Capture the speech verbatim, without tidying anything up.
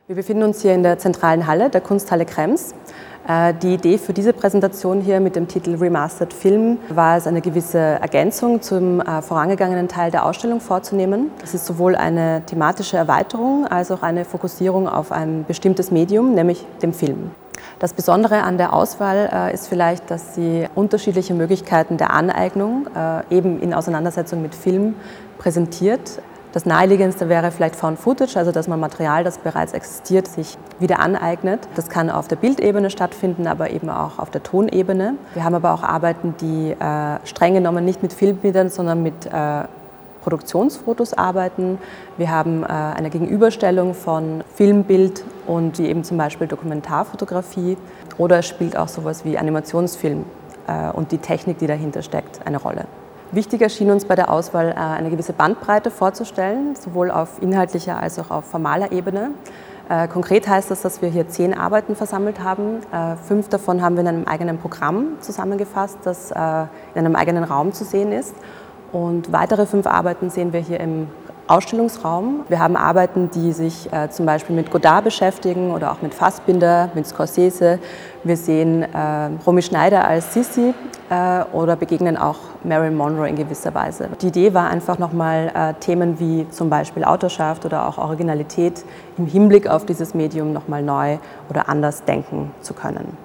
Wir befinden uns hier in der zentralen Halle, der Kunsthalle Krems. Die Idee für diese Präsentation hier mit dem Titel Remastered Film war es, eine gewisse Ergänzung zum vorangegangenen Teil der Ausstellung vorzunehmen. Es ist sowohl eine thematische Erweiterung als auch eine Fokussierung auf ein bestimmtes Medium, nämlich dem Film. Das Besondere an der Auswahl ist vielleicht, dass sie unterschiedliche Möglichkeiten der Aneignung eben in Auseinandersetzung mit Film präsentiert. Das Naheliegendste wäre vielleicht Found Footage, also dass man Material, das bereits existiert, sich wieder aneignet. Das kann auf der Bildebene stattfinden, aber eben auch auf der Tonebene. Wir haben aber auch Arbeiten, die äh, streng genommen nicht mit Filmbildern, sondern mit äh, Produktionsfotos arbeiten. Wir haben äh, eine Gegenüberstellung von Filmbild und wie eben zum Beispiel Dokumentarfotografie. Oder es spielt auch sowas wie Animationsfilm äh, und die Technik, die dahinter steckt, eine Rolle. Wichtig erschien uns bei der Auswahl, eine gewisse Bandbreite vorzustellen, sowohl auf inhaltlicher als auch auf formaler Ebene. Konkret heißt das, dass wir hier zehn Arbeiten versammelt haben. Fünf davon haben wir in einem eigenen Programm zusammengefasst, das in einem eigenen Raum zu sehen ist. Und weitere fünf Arbeiten sehen wir hier im Ausstellungsraum. Wir haben Arbeiten, die sich äh, zum Beispiel mit Godard beschäftigen oder auch mit Fassbinder, mit Scorsese. Wir sehen äh, Romy Schneider als Sissi äh, oder begegnen auch Marilyn Monroe in gewisser Weise. Die Idee war einfach nochmal äh, Themen wie zum Beispiel Autorschaft oder auch Originalität im Hinblick auf dieses Medium nochmal neu oder anders denken zu können.